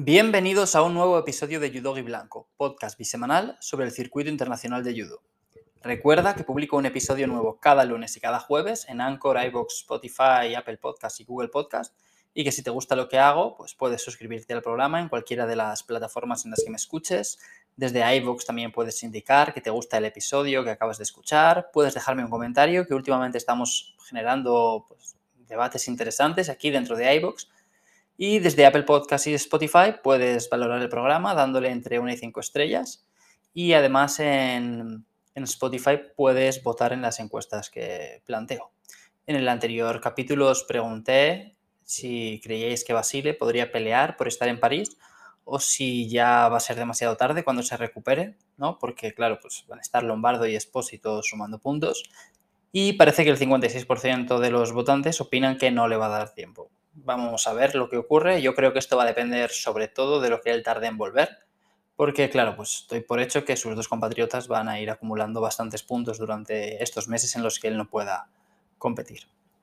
Bienvenidos a un nuevo episodio de Judogi Blanco, podcast bisemanal sobre el circuito internacional de judo. Recuerda que publico un episodio nuevo cada lunes y cada jueves en Anchor, iVoox, Spotify, Apple Podcast y Google Podcast, y que si te gusta lo que hago, pues puedes suscribirte al programa en cualquiera de las plataformas en las que me escuches. Desde iVoox también puedes indicar que te gusta el episodio que acabas de escuchar. Puedes dejarme un comentario, que últimamente estamos generando debates interesantes aquí dentro de iVoox. Y desde Apple Podcast y Spotify puedes valorar el programa dándole entre 1 y 5 estrellas. Y además en Spotify puedes votar en las encuestas que planteo. En el anterior capítulo os pregunté si creíais que Basile podría pelear por estar en París o si ya va a ser demasiado tarde cuando se recupere, ¿no? Porque, claro, pues van a estar Lombardo y Espósito sumando puntos. Y parece que el 56% de los votantes opinan que no le va a dar tiempo. Vamos a ver lo que ocurre. Yo creo que esto va a depender sobre todo de lo que él tarde en volver, porque claro, pues estoy por hecho que sus dos compatriotas van a ir acumulando bastantes puntos durante estos meses en los que él no pueda competir.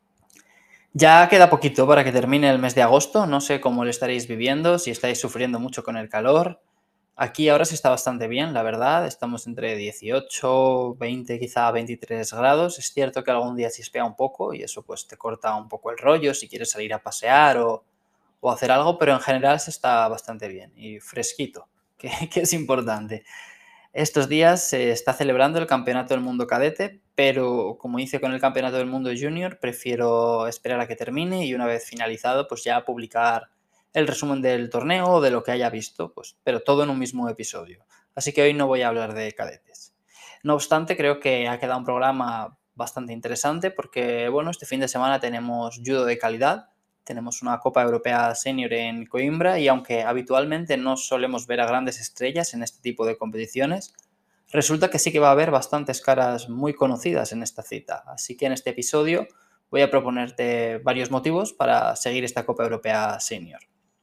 Ya queda poquito para que termine el mes de agosto. No sé cómo lo estaréis viviendo, si estáis sufriendo mucho con el calor. Aquí ahora se está bastante bien, la verdad. Estamos entre 18, 20, quizá 23 grados. Es cierto que algún día chispea un poco y eso pues te corta un poco el rollo si quieres salir a pasear o hacer algo, pero en general se está bastante bien y fresquito, que es importante. Estos días se está celebrando el Campeonato del Mundo Cadete, pero como hice con el Campeonato del Mundo Junior, prefiero esperar a que termine y una vez finalizado, pues ya publicar el resumen del torneo o de lo que haya visto, pues, pero todo en un mismo episodio. Así que hoy no voy a hablar de cadetes. No obstante, creo que ha quedado un programa bastante interesante porque, bueno, este fin de semana tenemos judo de calidad, tenemos una Copa Europea Senior en Coimbra y aunque habitualmente no solemos ver a grandes estrellas en este tipo de competiciones, resulta que sí que va a haber bastantes caras muy conocidas en esta cita. Así que en este episodio voy a proponerte varios motivos para seguir esta Copa Europea Senior.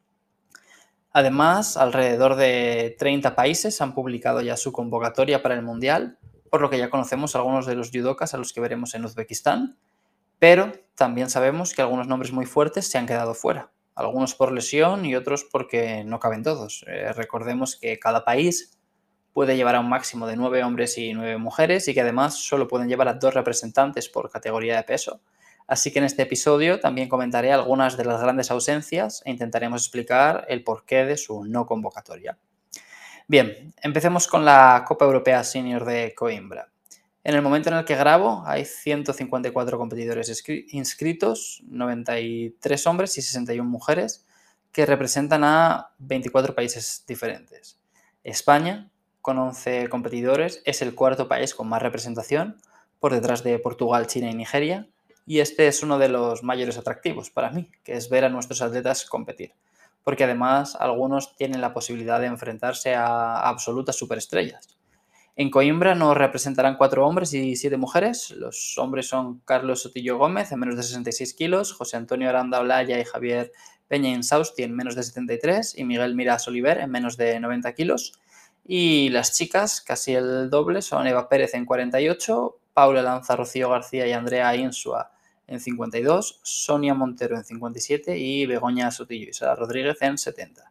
Además, alrededor de 30 países han publicado ya su convocatoria para el Mundial, por lo que ya conocemos algunos de los judokas a los que veremos en Uzbekistán, pero también sabemos que algunos nombres muy fuertes se han quedado fuera, algunos por lesión y otros porque no caben todos. Recordemos que cada país puede llevar a un máximo de 9 hombres y 9 mujeres y que además solo pueden llevar a 2 representantes por categoría de peso. Así que en este episodio también comentaré algunas de las grandes ausencias e intentaremos explicar el porqué de su no convocatoria. Bien, empecemos con la Copa Europea Senior de Coimbra. En el momento en el que grabo hay 154 competidores inscritos, 93 hombres y 61 mujeres, que representan a 24 países diferentes. España, con 11 competidores, es el cuarto país con más representación, por detrás de Portugal, China y Nigeria, y este es uno de los mayores atractivos para mí, que es ver a nuestros atletas competir, porque además algunos tienen la posibilidad de enfrentarse a absolutas superestrellas. En Coimbra nos representarán 4 hombres y 7 mujeres. Los hombres son Carlos Sotillo Gómez en menos de 66 kilos, José Antonio Aranda Olaya y Javier Peña Insausti en menos de 73 y Miguel Miras Oliver en menos de 90 kilos. Y las chicas, casi el doble, son Eva Pérez en 48, Paula Lanza, Rocío García y Andrea Insua en 52, Sonia Montero en 57 y Begoña Sotillo y Sara Rodríguez en 70.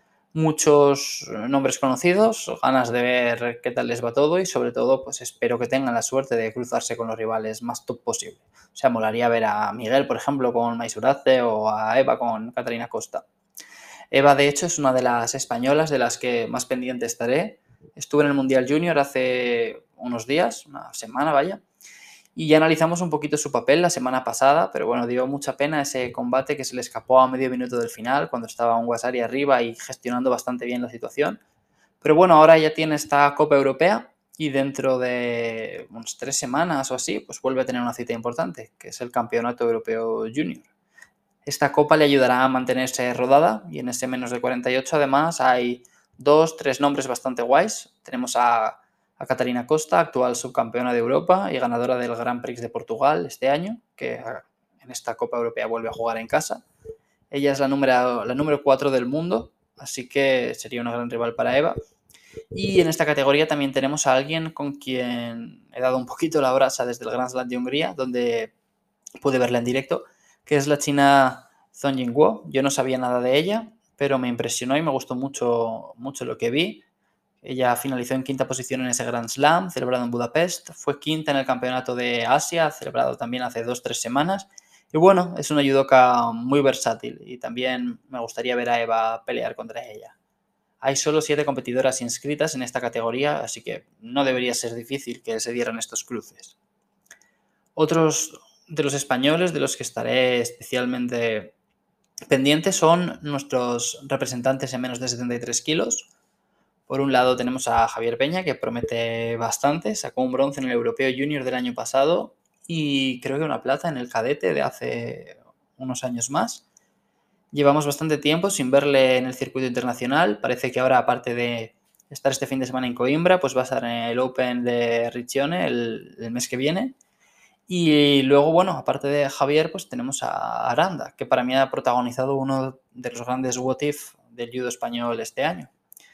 Muchos nombres conocidos, ganas de ver qué tal les va todo y sobre todo pues espero que tengan la suerte de cruzarse con los rivales más top posible. O sea, molaría ver a Miguel, por ejemplo, con Maisurace o a Eva con Catarina Costa. Eva, de hecho, es una de las españolas de las que más pendiente estaré. Estuve en el Mundial Junior hace unos días, una semana, vaya, y ya analizamos un poquito su papel la semana pasada, pero bueno, dio mucha pena ese combate que se le escapó a medio minuto del final, cuando estaba un Wasari arriba y gestionando bastante bien la situación. Pero bueno, ahora ya tiene esta Copa Europea y dentro de unas 3 semanas o así, pues vuelve a tener una cita importante, que es el Campeonato Europeo Junior. Esta copa le ayudará a mantenerse rodada y en ese menos de 48 además hay 2-3 nombres bastante guays. Tenemos a Catarina Costa, actual subcampeona de Europa y ganadora del Grand Prix de Portugal este año, que en esta Copa Europea vuelve a jugar en casa. Ella es la número 4 del mundo, así que sería una gran rival para Eva. Y en esta categoría también tenemos a alguien con quien he dado un poquito la brasa desde el Grand Slam de Hungría, donde pude verla en directo, que es la china Zhong Yingguo. Yo no sabía nada de ella, pero me impresionó y me gustó mucho, mucho lo que vi. Ella finalizó en quinta posición en ese Grand Slam celebrado en Budapest. Fue quinta en el Campeonato de Asia, celebrado también hace 2-3 semanas. Y bueno, es una judoka muy versátil y también me gustaría ver a Eva pelear contra ella. Hay solo 7 competidoras inscritas en esta categoría, así que no debería ser difícil que se dieran estos cruces. Otros de los españoles de los que estaré especialmente pendiente son nuestros representantes en menos de 73 kilos. Por un lado tenemos a Javier Peña, que promete bastante, sacó un bronce en el Europeo Junior del año pasado y creo que una plata en el cadete de hace unos años más. Llevamos bastante tiempo sin verle en el circuito internacional, parece que ahora, aparte de estar este fin de semana en Coimbra, pues va a estar en el Open de Riccione el mes que viene. Y luego, bueno, aparte de Javier, pues tenemos a Aranda, que para mí ha protagonizado uno de los grandes what if del judo español este año.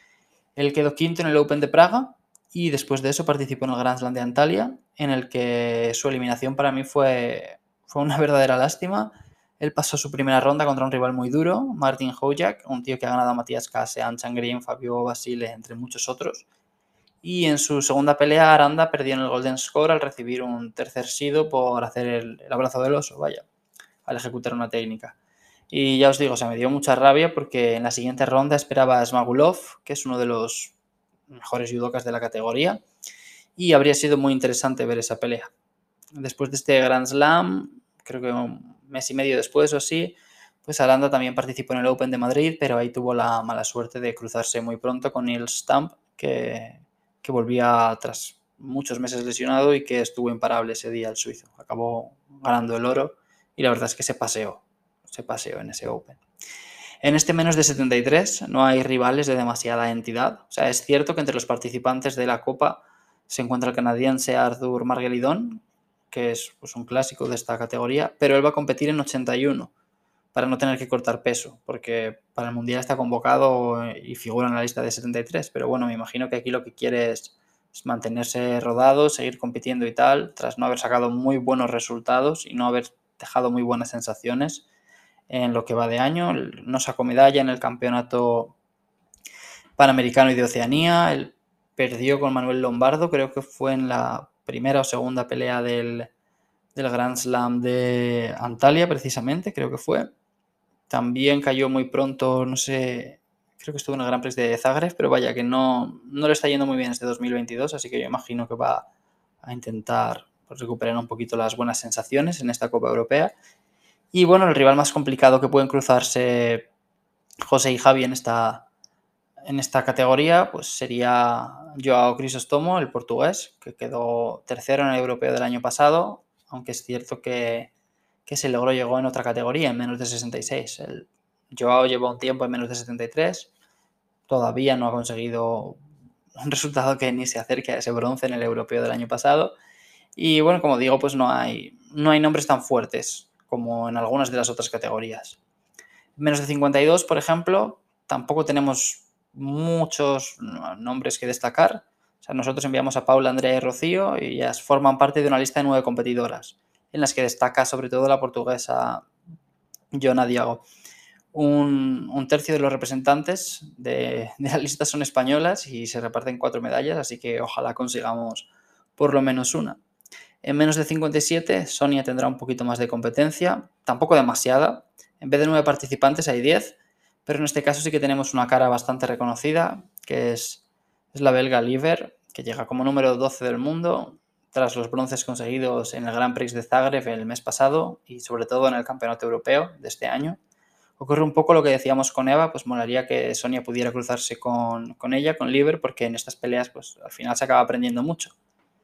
Él quedó quinto en el Open de Praga y después de eso participó en el Grand Slam de Antalya, en el que su eliminación para mí fue una verdadera lástima. Él pasó su primera ronda contra un rival muy duro, Martin Hojak, un tío que ha ganado a Matías Kase, Anshan Green, Fabio Basile, entre muchos otros. Y en su segunda pelea, Aranda perdió en el Golden Score al recibir un tercer sido por hacer el abrazo del oso, vaya, al ejecutar una técnica. Y ya os digo, me dio mucha rabia porque en la siguiente ronda esperaba a Smagulov, que es uno de los mejores judokas de la categoría, y habría sido muy interesante ver esa pelea. Después de este Grand Slam, creo que un mes y medio después o así, pues Aranda también participó en el Open de Madrid, pero ahí tuvo la mala suerte de cruzarse muy pronto con Nils Stamp, que volvía tras muchos meses lesionado y que estuvo imparable ese día el suizo. Acabó ganando el oro y la verdad es que se paseó en ese Open. En este menos de 73 no hay rivales de demasiada entidad. O sea, es cierto que entre los participantes de la Copa se encuentra el canadiense Arthur Marguelidon, que es pues, un clásico de esta categoría, pero él va a competir en 81 para no tener que cortar peso, porque para el Mundial está convocado y figura en la lista de 73, pero bueno, me imagino que aquí lo que quiere es mantenerse rodado, seguir compitiendo y tal, tras no haber sacado muy buenos resultados y no haber dejado muy buenas sensaciones en lo que va de año. No sacó medalla en el campeonato panamericano y de Oceanía. Él perdió con Manuel Lombardo, creo que fue en la primera o segunda pelea del Grand Slam de Antalya, precisamente, creo que fue. También cayó muy pronto, no sé, creo que estuvo en el Gran Prix de Zagreb, pero vaya que no le está yendo muy bien este 2022, así que yo imagino que va a intentar pues, recuperar un poquito las buenas sensaciones en esta Copa Europea. Y bueno, el rival más complicado que pueden cruzarse José y Javi en esta categoría pues sería Joao Crisóstomo, el portugués, que quedó tercero en el europeo del año pasado, aunque es cierto que ese logro llegó en otra categoría, en menos de 66. El Joao lleva un tiempo en menos de 73, todavía no ha conseguido un resultado que ni se acerque a ese bronce en el europeo del año pasado. Y bueno, como digo, pues no hay nombres tan fuertes como en algunas de las otras categorías. Menos de 52, por ejemplo, tampoco tenemos muchos nombres que destacar. O sea, nosotros enviamos a Paula, Andrea y Rocío y ellas forman parte de una lista de 9 competidoras, en las que destaca sobre todo la portuguesa Jona Diago. Un tercio de los representantes de la lista son españolas y se reparten 4 medallas, así que ojalá consigamos por lo menos una. En menos de 57, Sonia tendrá un poquito más de competencia, tampoco demasiada. En vez de 9 participantes hay 10, pero en este caso sí que tenemos una cara bastante reconocida, que es la belga Liver, que llega como número 12 del mundo, tras los bronces conseguidos en el Grand Prix de Zagreb el mes pasado y sobre todo en el Campeonato Europeo de este año. Ocurre un poco lo que decíamos con Eva, pues molaría que Sonia pudiera cruzarse con ella, con Liver, porque en estas peleas pues al final se acaba aprendiendo mucho.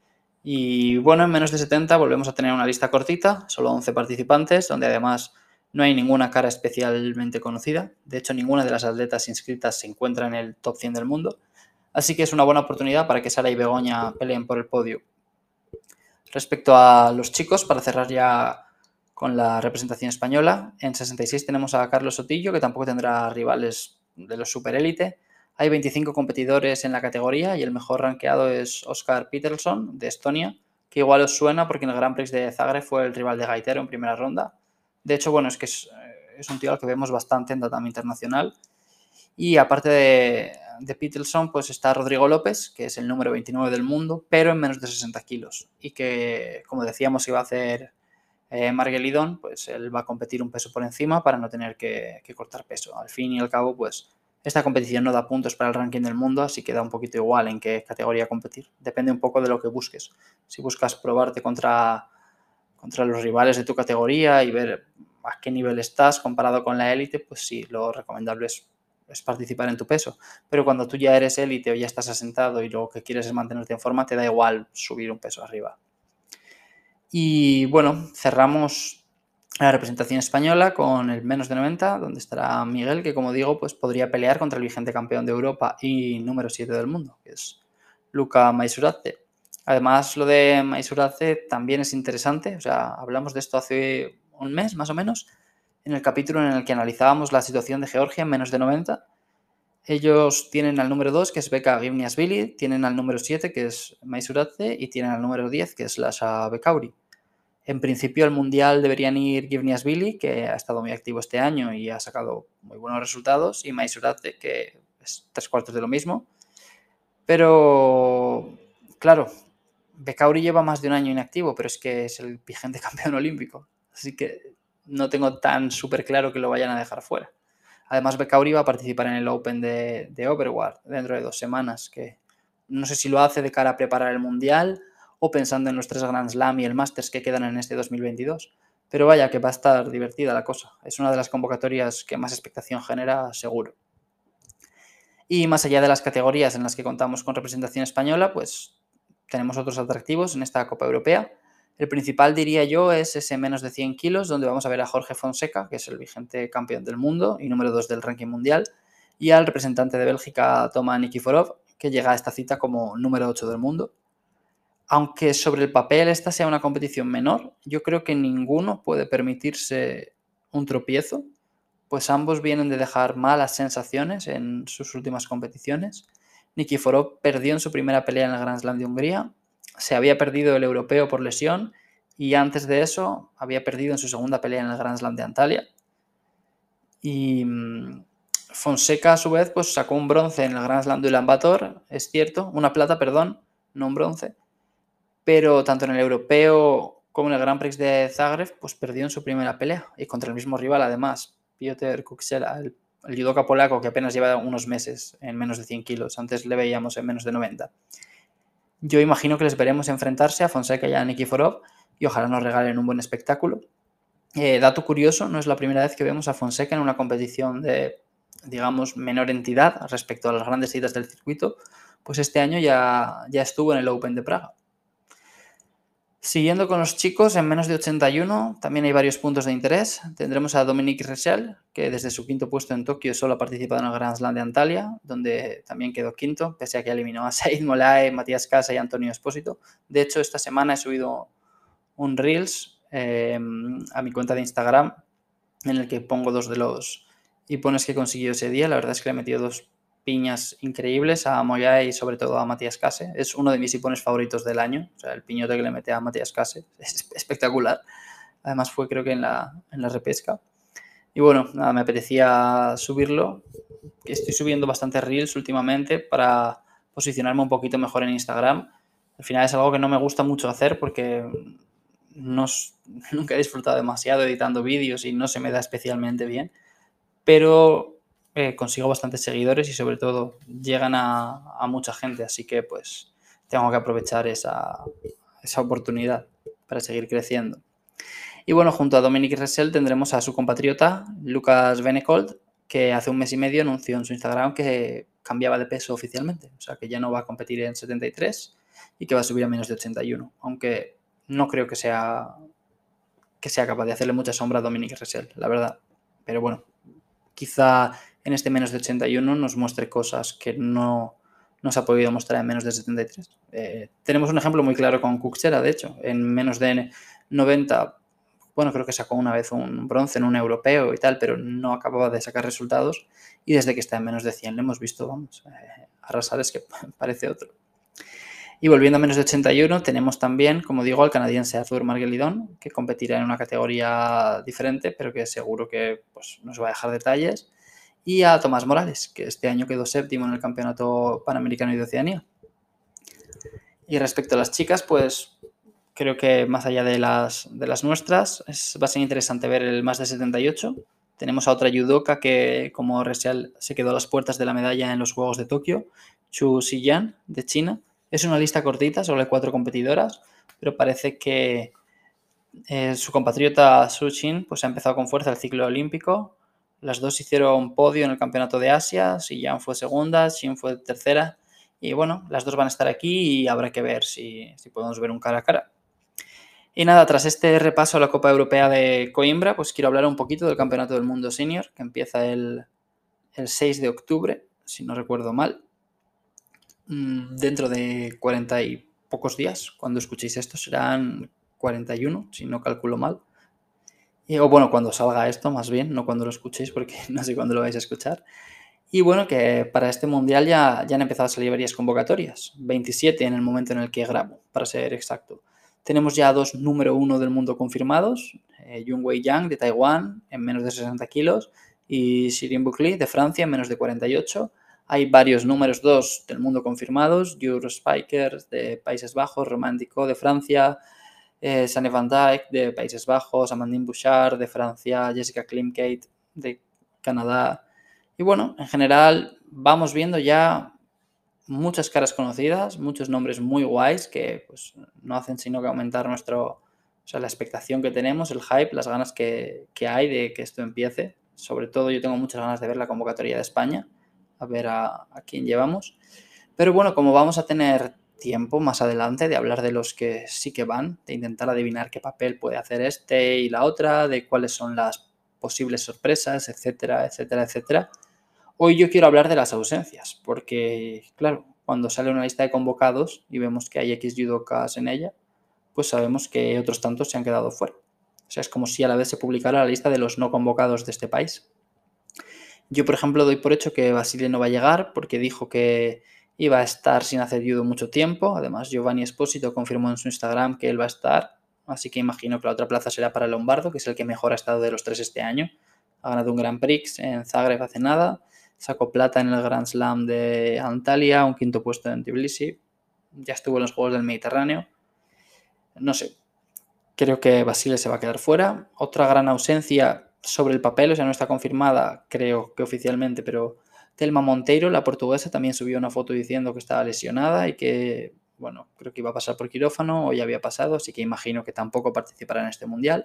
Y bueno, en menos de 70 volvemos a tener una lista cortita, solo 11 participantes, donde además no hay ninguna cara especialmente conocida. De hecho, ninguna de las atletas inscritas se encuentra en el top 100 del mundo. Así que es una buena oportunidad para que Sara y Begoña peleen por el podio. Respecto a los chicos, para cerrar ya con la representación española, en 66 tenemos a Carlos Sotillo, que tampoco tendrá rivales de los superélite. Hay 25 competidores en la categoría y el mejor rankeado es Oscar Peterson, de Estonia, que igual os suena porque en el Grand Prix de Zagreb fue el rival de Gaitero en primera ronda. De hecho, bueno, es que es un tío al que vemos bastante en tatami internacional Y aparte de Peterson, pues está Rodrigo López, que es el número 29 del mundo, pero en menos de 60 kilos. Y que, como decíamos, iba a hacer Marguelidón, pues él va a competir un peso por encima para no tener que cortar peso. Al fin y al cabo, pues esta competición no da puntos para el ranking del mundo, así que da un poquito igual en qué categoría competir. Depende un poco de lo que busques. Si buscas probarte contra los rivales de tu categoría y ver a qué nivel estás comparado con la élite, pues sí, lo recomendable es participar en tu peso. Pero cuando tú ya eres élite o ya estás asentado y lo que quieres es mantenerte en forma, te da igual subir un peso arriba. Y bueno, cerramos la representación española con el menos de 90, donde estará Miguel, que como digo, pues podría pelear contra el vigente campeón de Europa y número 7 del mundo, que es Luka Maisuradze. Además, lo de Maisuradze también es interesante, o sea, hablamos de esto hace un mes más o menos, en el capítulo en el que analizábamos la situación de Georgia en menos de 90. Ellos tienen al número 2, que es Beka Gimniashvili, tienen al número 7, que es Maisuradze, y tienen al número 10, que es Lasha Bekauri. En principio al Mundial deberían ir Gimniashvili, que ha estado muy activo este año y ha sacado muy buenos resultados, y Maisuradze, que es 3/4 de lo mismo. Pero, claro, Bekauri lleva más de un año inactivo, pero es que es el vigente campeón olímpico. Así que no tengo tan súper claro que lo vayan a dejar fuera. Además, Bekauri va a participar en el Open de Overwatch dentro de 2 semanas, que no sé si lo hace de cara a preparar el Mundial o pensando en los 3 Grand Slam y el Masters que quedan en este 2022. Pero vaya, que va a estar divertida la cosa. Es una de las convocatorias que más expectación genera, seguro. Y más allá de las categorías en las que contamos con representación española, pues tenemos otros atractivos en esta Copa Europea. El principal, diría yo, es ese menos de 100 kilos, donde vamos a ver a Jorge Fonseca, que es el vigente campeón del mundo y número 2 del ranking mundial, y al representante de Bélgica, Toma Nikiforov, que llega a esta cita como número 8 del mundo. Aunque sobre el papel esta sea una competición menor, yo creo que ninguno puede permitirse un tropiezo, pues ambos vienen de dejar malas sensaciones en sus últimas competiciones. Nikiforov perdió en su primera pelea en el Grand Slam de Hungría, se había perdido el europeo por lesión y antes de eso había perdido en su segunda pelea en el Grand Slam de Antalya. Y Fonseca a su vez pues sacó un bronce en el Grand Slam de Ulan Bator, es cierto, una plata, perdón, no un bronce, pero tanto en el europeo como en el Grand Prix de Zagreb pues perdió en su primera pelea y contra el mismo rival además, Piotr Kuksela, el judoka polaco que apenas lleva unos meses en menos de 100 kilos, antes le veíamos en menos de 90. Yo imagino que les veremos enfrentarse a Fonseca y a Nikiforov y ojalá nos regalen un buen espectáculo. Dato curioso, no es la primera vez que vemos a Fonseca en una competición de, digamos, menor entidad respecto a las grandes citas del circuito, pues este año ya estuvo en el Open de Praga. Siguiendo con los chicos, en menos de 81 también hay varios puntos de interés. Tendremos a Dominique Rechel, que desde su quinto puesto en Tokio solo ha participado en el Grand Slam de Antalya, donde también quedó quinto, pese a que eliminó a Said Molae, Matías Casa y Antonio Espósito. De hecho, esta semana he subido un Reels a mi cuenta de Instagram en el que pongo 2 de los hipones que consiguió ese día. La verdad es que le he metido 2 piñas increíbles a Moya y sobre todo a Matías Case. Es uno de mis hipones favoritos del año. O sea, el piñote que le mete a Matías Case es espectacular. Además fue creo que en la repesca. Y bueno, nada, me apetecía subirlo. Estoy subiendo bastantes reels últimamente para posicionarme un poquito mejor en Instagram. Al final es algo que no me gusta mucho hacer porque nunca he disfrutado demasiado editando vídeos y no se me da especialmente bien. Pero consigo bastantes seguidores y sobre todo llegan a mucha gente, así que pues tengo que aprovechar esa oportunidad para seguir creciendo. Y bueno, junto a Dominic Ressel tendremos a su compatriota Lucas Venecold, que hace un mes y medio anunció en su Instagram que cambiaba de peso oficialmente, o sea que ya no va a competir en 73 y que va a subir a menos de 81, aunque no creo que sea capaz de hacerle mucha sombra a Dominic Ressel, la verdad. Pero bueno, quizá en este menos de 81 nos muestre cosas que no nos ha podido mostrar en menos de 73. Tenemos un ejemplo muy claro con Kuksera, de hecho, en menos de 90, bueno, creo que sacó una vez un bronce en un europeo y tal, pero no acababa de sacar resultados y desde que está en menos de 100 le hemos visto, vamos, arrasar, es que parece otro. Y volviendo a menos de 81, tenemos también, como digo, al canadiense Arthur Marguelidón, que competirá en una categoría diferente, pero que seguro que pues, nos va a dejar detalles. y a Tomás Morales, que este año quedó séptimo en el Campeonato Panamericano y de Oceanía. Y respecto a las chicas, pues creo que más allá de las nuestras, va a ser interesante ver el más de 78. Tenemos a otra judoka que, como Resial, se quedó a las puertas de la medalla en los Juegos de Tokio, Chu Xiyan, de China. Es una lista cortita, solo hay 4 competidoras, pero parece que su compatriota Su Xin pues, ha empezado con fuerza el ciclo olímpico. Las dos hicieron podio en el Campeonato de Asia, Xiyan fue segunda, Xin fue tercera. Y bueno, las dos van a estar aquí y habrá que ver si podemos ver un cara a cara. Y nada, tras este repaso a la Copa Europea de Coimbra, pues quiero hablar un poquito del Campeonato del Mundo Senior, que empieza el 6 de octubre, si no recuerdo mal. Dentro de 40 y pocos días, cuando escuchéis esto, serán 41, si no calculo mal. O bueno, cuando salga esto, más bien, no cuando lo escuchéis, porque no sé cuándo lo vais a escuchar. Y bueno, que para este Mundial ya han empezado a salir varias convocatorias, 27 en el momento en el que grabo, para ser exacto. Tenemos ya 2 número 1 del mundo confirmados, Jungwei Yang de Taiwán en menos de 60 kilos y Shirin Bukli de Francia en menos de 48. Hay varios números 2 del mundo confirmados, Jure Spijkers de Países Bajos, Romántico de Francia, Sanne van Dijk de Países Bajos, Amandine Bouchard de Francia, Jessica Klimkate de Canadá. Y bueno, en general vamos viendo ya muchas caras conocidas, muchos nombres muy guays que pues, no hacen sino que aumentar la expectación que tenemos, el hype, las ganas que hay de que esto empiece. Sobre todo yo tengo muchas ganas de ver la convocatoria de España, a ver a quién llevamos. Pero bueno, como vamos a tener tiempo más adelante de hablar de los que sí que van, de intentar adivinar qué papel puede hacer este y la otra, de cuáles son las posibles sorpresas, etcétera, etcétera, etcétera. Hoy yo quiero hablar de las ausencias, porque, claro, cuando sale una lista de convocados y vemos que hay X judokas en ella, pues sabemos que otros tantos se han quedado fuera. O sea, es como si a la vez se publicara la lista de los no convocados de este país. Yo, por ejemplo, doy por hecho que Basile no va a llegar porque dijo que iba a estar sin hacer judo mucho tiempo. Además, Giovanni Esposito confirmó en su Instagram que él va a estar, así que imagino que la otra plaza será para Lombardo, que es el que mejor ha estado de los 3 este año. Ha ganado un Grand Prix en Zagreb hace nada, sacó plata en el Grand Slam de Antalya, un 5º puesto en Tbilisi, ya estuvo en los Juegos del Mediterráneo. No sé, creo que Basile se va a quedar fuera. Otra gran ausencia sobre el papel, o sea, no está confirmada, creo que oficialmente, pero Telma Monteiro, la portuguesa, también subió una foto diciendo que estaba lesionada y que, bueno, creo que iba a pasar por quirófano o ya había pasado, así que imagino que tampoco participará en este Mundial.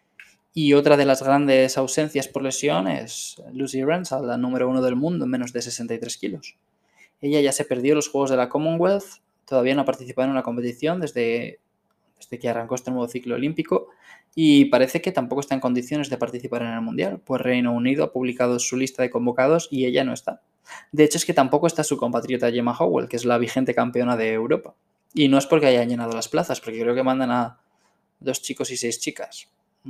Y otra de las grandes ausencias por lesión es Lucy Renshaw, la número 1 del mundo en menos de 63 kilos. Ella ya se perdió los Juegos de la Commonwealth, todavía no ha participado en una competición desde que arrancó este nuevo ciclo olímpico y parece que tampoco está en condiciones de participar en el Mundial, pues Reino Unido ha publicado su lista de convocados y ella no está. De hecho, es que tampoco está su compatriota Gemma Howell, que es la vigente campeona de Europa. Y no es porque hayan llenado las plazas, porque creo que mandan a 2 chicos y 6 chicas.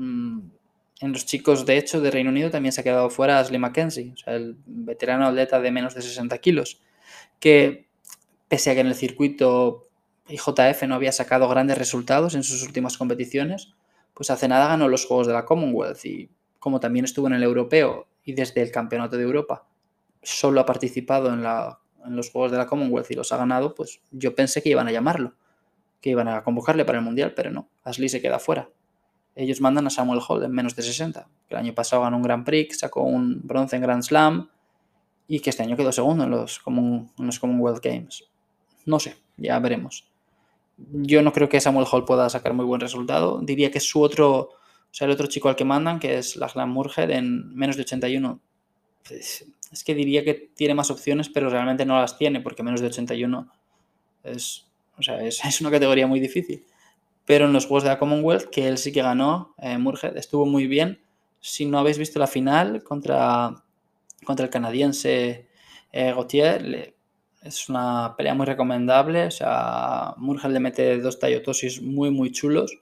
En los chicos, de hecho, de Reino Unido también se ha quedado fuera Ashley Mackenzie, o sea, el veterano atleta de menos de 60 kilos, que pese a que en el circuito IJF no había sacado grandes resultados en sus últimas competiciones, pues hace nada ganó los Juegos de la Commonwealth y como también estuvo en el Europeo y desde el Campeonato de Europa solo ha participado en los Juegos de la Commonwealth y los ha ganado, pues yo pensé que iban a llamarlo, que iban a convocarle para el Mundial, pero no, Ashley se queda fuera. Ellos mandan a Samuel Hall en menos de 60, que el año pasado ganó un Grand Prix, sacó un bronce en Grand Slam y que este año quedó segundo en los Commonwealth Games. No sé, ya veremos. Yo no creo que Samuel Hall pueda sacar muy buen resultado. Diría que es el otro chico al que mandan, que es Lachlan Murhead en menos de 81. Pues, es que diría que tiene más opciones, pero realmente no las tiene, porque menos de 81 es una categoría muy difícil. Pero en los Juegos de la Commonwealth, que él sí que ganó, Murhead, estuvo muy bien. Si no habéis visto la final contra el canadiense Gauthier, es una pelea muy recomendable. O sea, Murhead le mete 2 taiotosis muy, muy chulos.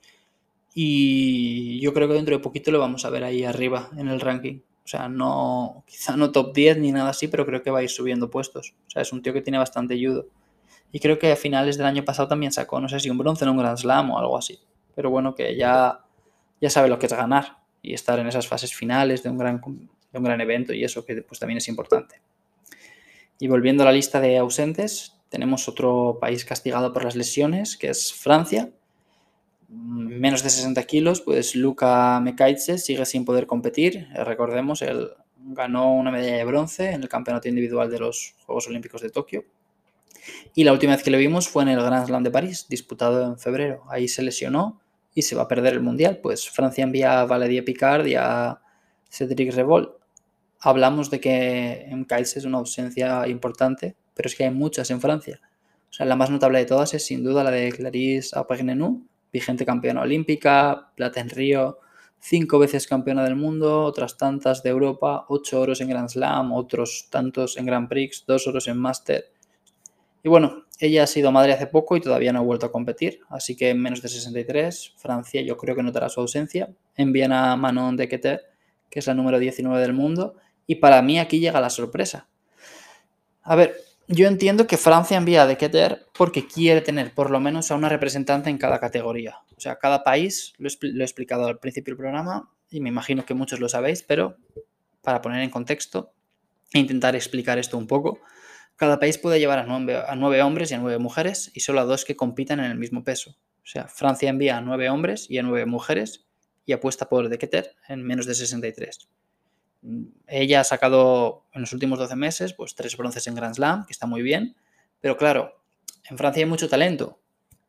Y yo creo que dentro de poquito lo vamos a ver ahí arriba en el ranking. O sea, quizá no top 10 ni nada así, pero creo que va a ir subiendo puestos. O sea, es un tío que tiene bastante judo. Y creo que a finales del año pasado también sacó, no sé si un bronce en un Grand Slam o algo así. Pero bueno, que ya sabe lo que es ganar y estar en esas fases finales de un gran un gran evento y eso que pues también es importante. Y volviendo a la lista de ausentes, tenemos otro país castigado por las lesiones, que es Francia. Menos de 60 kilos, pues Luka Mekaitse sigue sin poder competir. Recordemos, él ganó una medalla de bronce en el campeonato individual de los Juegos Olímpicos de Tokio. Y la última vez que lo vimos fue en el Grand Slam de París, disputado en febrero. Ahí se lesionó y se va a perder el Mundial. Pues Francia envía a Valérie Picard y a Cédric Revol. Hablamos de que Mekaitse es una ausencia importante, pero es que hay muchas en Francia. O sea, la más notable de todas es sin duda la de Clarisse Aupagnenou, vigente campeona olímpica, plata en Río, 5 veces campeona del mundo, otras tantas de Europa, 8 oros en Grand Slam, otros tantos en Grand Prix, 2 oros en Master. Y bueno, ella ha sido madre hace poco y todavía no ha vuelto a competir, así que en menos de 63, Francia yo creo que notará su ausencia. Envían a Manon Dequetet, que es la número 19 del mundo, y para mí aquí llega la sorpresa. A ver, yo entiendo que Francia envía a Dequetet porque quiere tener por lo menos a una representante en cada categoría. O sea, cada país, lo he explicado al principio del programa y me imagino que muchos lo sabéis, pero para poner en contexto e intentar explicar esto un poco, cada país puede llevar a 9 hombres y a 9 mujeres y solo a 2 que compitan en el mismo peso. O sea, Francia envía a 9 hombres y a 9 mujeres y apuesta por Dequetet en menos de 63. Ella ha sacado en los últimos 12 meses pues 3 bronces en Grand Slam, que está muy bien, pero claro, en Francia hay mucho talento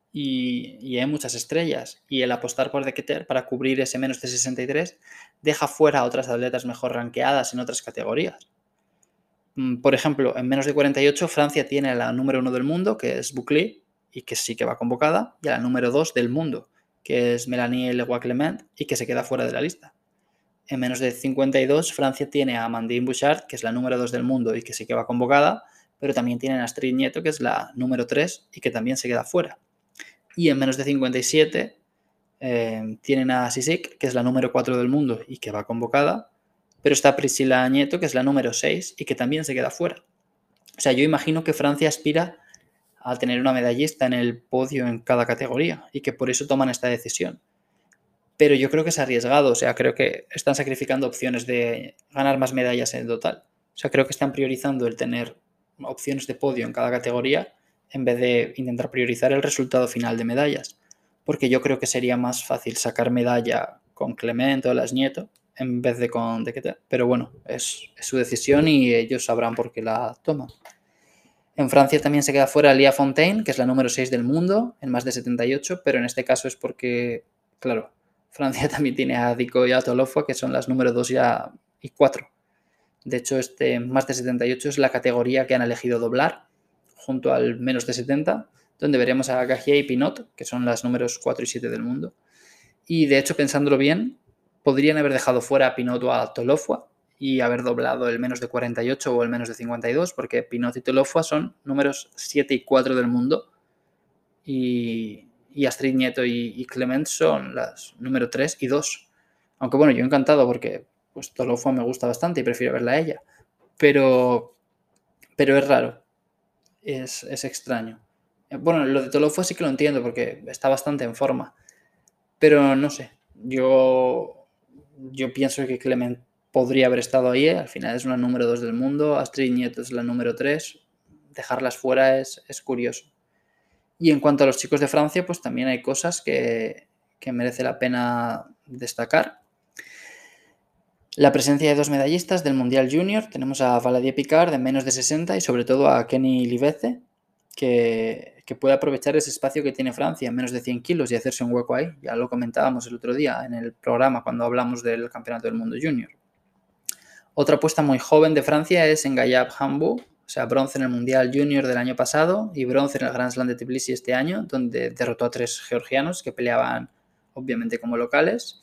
y hay muchas estrellas y el apostar por Dequetet para cubrir ese menos de 63 deja fuera a otras atletas mejor rankeadas en otras categorías. Por ejemplo, en menos de 48 Francia tiene a la número 1 del mundo, que es Bouclé, y que sí que va convocada, y a la número 2 del mundo, que es Mélanie Leroy-Clement, y que se queda fuera de la lista. En menos de 52 Francia tiene a Amandine Bouchard, que es la número 2 del mundo y que sí que va convocada, pero también tienen a Astrid Nieto, que es la número 3 y que también se queda fuera. Y en menos de 57 tienen a Sisik, que es la número 4 del mundo y que va convocada, pero está Priscila Nieto, que es la número 6 y que también se queda fuera. O sea, yo imagino que Francia aspira a tener una medallista en el podio en cada categoría y que por eso toman esta decisión. Pero yo creo que es arriesgado, o sea, creo que están sacrificando opciones de ganar más medallas en el total. O sea, creo que están priorizando el tener opciones de podio en cada categoría en vez de intentar priorizar el resultado final de medallas. Porque yo creo que sería más fácil sacar medalla con Clement o Las Nieto en vez de con Dequetet. Pero bueno, es su decisión y ellos sabrán por qué la toman. En Francia también se queda fuera Lia Fontaine, que es la número 6 del mundo, en más de 78, pero en este caso es porque, claro, Francia también tiene a Diko y a Tolofa, que son las número 2 y 4. De hecho, este más de 78 es la categoría que han elegido doblar, junto al menos de 70, donde veremos a Gagier y Pinot, que son las números 4 y 7 del mundo. Y de hecho, pensándolo bien, podrían haber dejado fuera a Pinot o a Tolofa y haber doblado el menos de 48 o el menos de 52, porque Pinot y Tolofa son números 7 y 4 del mundo y Astrid Nieto y Clement son las número 3 y 2. Aunque bueno, yo encantado porque pues Tolofa me gusta bastante y prefiero verla a ella. Pero es raro, es extraño. Bueno, lo de Tolofa sí que lo entiendo porque está bastante en forma. Pero no sé, yo pienso que Clement podría haber estado ahí, al final es una número 2 del mundo, Astrid Nieto es la número 3, dejarlas fuera es curioso. Y en cuanto a los chicos de Francia, pues también hay cosas que merece la pena destacar. La presencia de 2 medallistas del Mundial Junior, tenemos a Valérie Picard de menos de 60 y sobre todo a Kenny Livece, que puede aprovechar ese espacio que tiene Francia, menos de 100 kilos, y hacerse un hueco ahí. Ya lo comentábamos el otro día en el programa cuando hablamos del Campeonato del Mundo Junior. Otra apuesta muy joven de Francia es Engayab Hambu, o sea, bronce en el Mundial Junior del año pasado y bronce en el Grand Slam de Tbilisi este año, donde derrotó a 3 georgianos que peleaban obviamente como locales.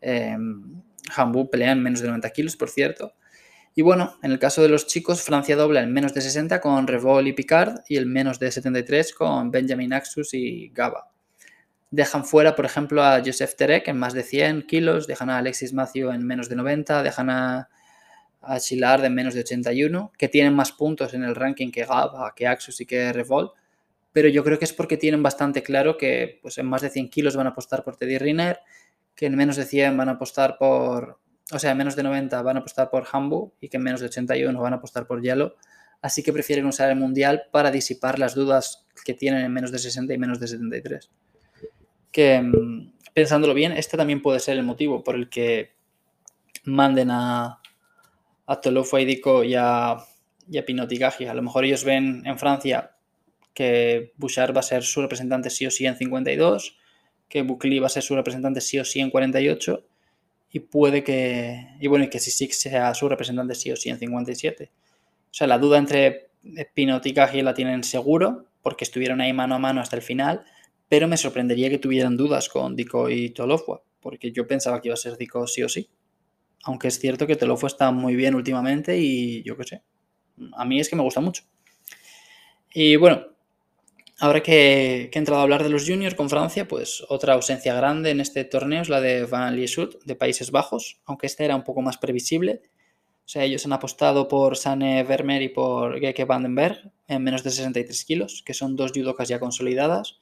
Hambu pelea en menos de 90 kilos, por cierto. Y bueno, en el caso de los chicos, Francia dobla el menos de 60 con Revol y Picard y el menos de 73 con Benjamin Axus y Gaba. Dejan fuera, por ejemplo, a Joseph Terek en más de 100 kilos, dejan a Alexis Mathieu en menos de 90, dejan a Chilard en menos de 81, que tienen más puntos en el ranking que Gaba, que Axus y que Revol, pero yo creo que es porque tienen bastante claro que pues, en más de 100 kilos van a apostar por Teddy Riner, que en menos de 100 van a apostar por o sea, en menos de 90 van a apostar por Hambo y que en menos de 81 van a apostar por Yalo. Así que prefieren usar el Mundial para disipar las dudas que tienen en menos de 60 y menos de 73. Que, pensándolo bien, este también puede ser el motivo por el que manden a Tolofo, a Idico y a Pinot y Gagi. A lo mejor ellos ven en Francia que Bouchard va a ser su representante sí o sí en 52, que Boucli va a ser su representante sí o sí en 48, y puede que, y bueno, y que Sisik sea su representante sí o sí en 57. O sea, la duda entre Pinot y Gagi la tienen seguro, porque estuvieron ahí mano a mano hasta el final, pero me sorprendería que tuvieran dudas con Dico y Tolofua, porque yo pensaba que iba a ser Dico sí o sí. Aunque es cierto que Tolofua está muy bien últimamente y yo qué sé, a mí es que me gusta mucho. Y bueno, ahora que he entrado a hablar de los juniors con Francia, pues otra ausencia grande en este torneo es la de Van Lieshout, de Países Bajos, aunque esta era un poco más previsible. O sea, ellos han apostado por Sanne Vermeer y por Geke Vandenberg en menos de 63 kilos, que son dos judocas ya consolidadas.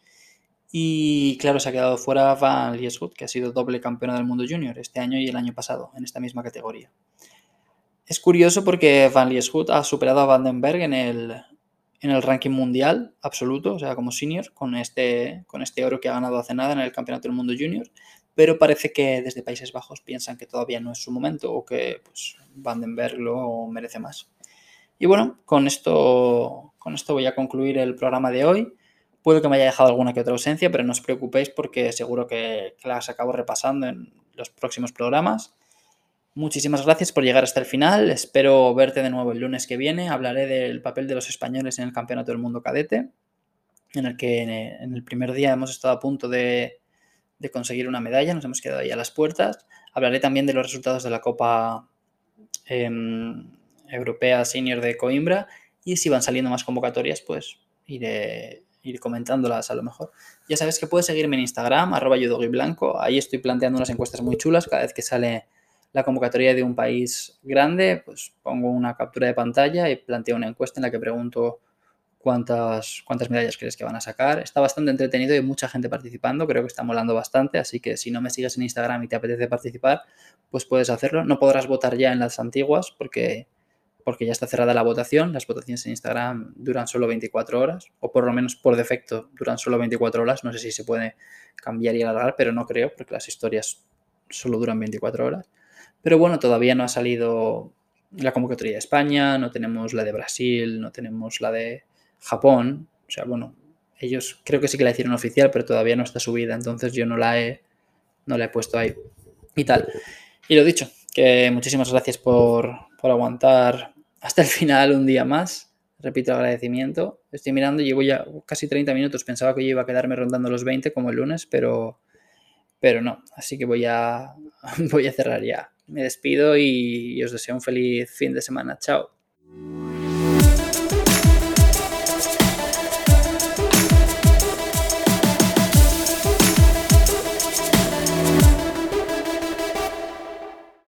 Y claro, se ha quedado fuera Van Lieshout, que ha sido doble campeona del mundo junior este año y el año pasado, en esta misma categoría. Es curioso porque Van Lieshout ha superado a Vandenberg en el ranking mundial absoluto, o sea, como senior, con este oro que ha ganado hace nada en el Campeonato del Mundo Junior, pero parece que desde Países Bajos piensan que todavía no es su momento o que pues, Vandenberg lo merece más. Y bueno, con esto voy a concluir el programa de hoy. Puede que me haya dejado alguna que otra ausencia, pero no os preocupéis porque seguro que las acabo repasando en los próximos programas. Muchísimas gracias por llegar hasta el final. Espero verte de nuevo el lunes que viene. Hablaré del papel de los españoles en el Campeonato del Mundo Cadete, en el que en el primer día hemos estado a punto de conseguir una medalla, nos hemos quedado ahí a las puertas. Hablaré también de los resultados de la Copa Europea Senior de Coimbra y si van saliendo más convocatorias, pues iré comentándolas a lo mejor. Ya sabes que puedes seguirme en Instagram, @yudogiblanco. Ahí estoy planteando unas encuestas muy chulas. Cada vez que sale la convocatoria de un país grande, pues pongo una captura de pantalla y planteo una encuesta en la que pregunto cuántas medallas crees que van a sacar. Está bastante entretenido y hay mucha gente participando, creo que está molando bastante, así que si no me sigues en Instagram y te apetece participar, pues puedes hacerlo. No podrás votar ya en las antiguas porque ya está cerrada la votación. Las votaciones en Instagram duran solo 24 horas, o por lo menos por defecto duran solo 24 horas. No sé si se puede cambiar y alargar, pero no creo, porque las historias solo duran 24 horas. Pero bueno, todavía no ha salido la convocatoria de España, no tenemos la de Brasil, no tenemos la de Japón. O sea, bueno, ellos creo que sí que la hicieron oficial, pero todavía no está subida, entonces yo no la he puesto ahí y tal. Y lo dicho, que muchísimas gracias por aguantar hasta el final un día más. Repito el agradecimiento. Estoy mirando, llevo ya casi 30 minutos. Pensaba que yo iba a quedarme rondando los 20 como el lunes, pero no. Así que voy a cerrar ya. Me despido y os deseo un feliz fin de semana. Chao.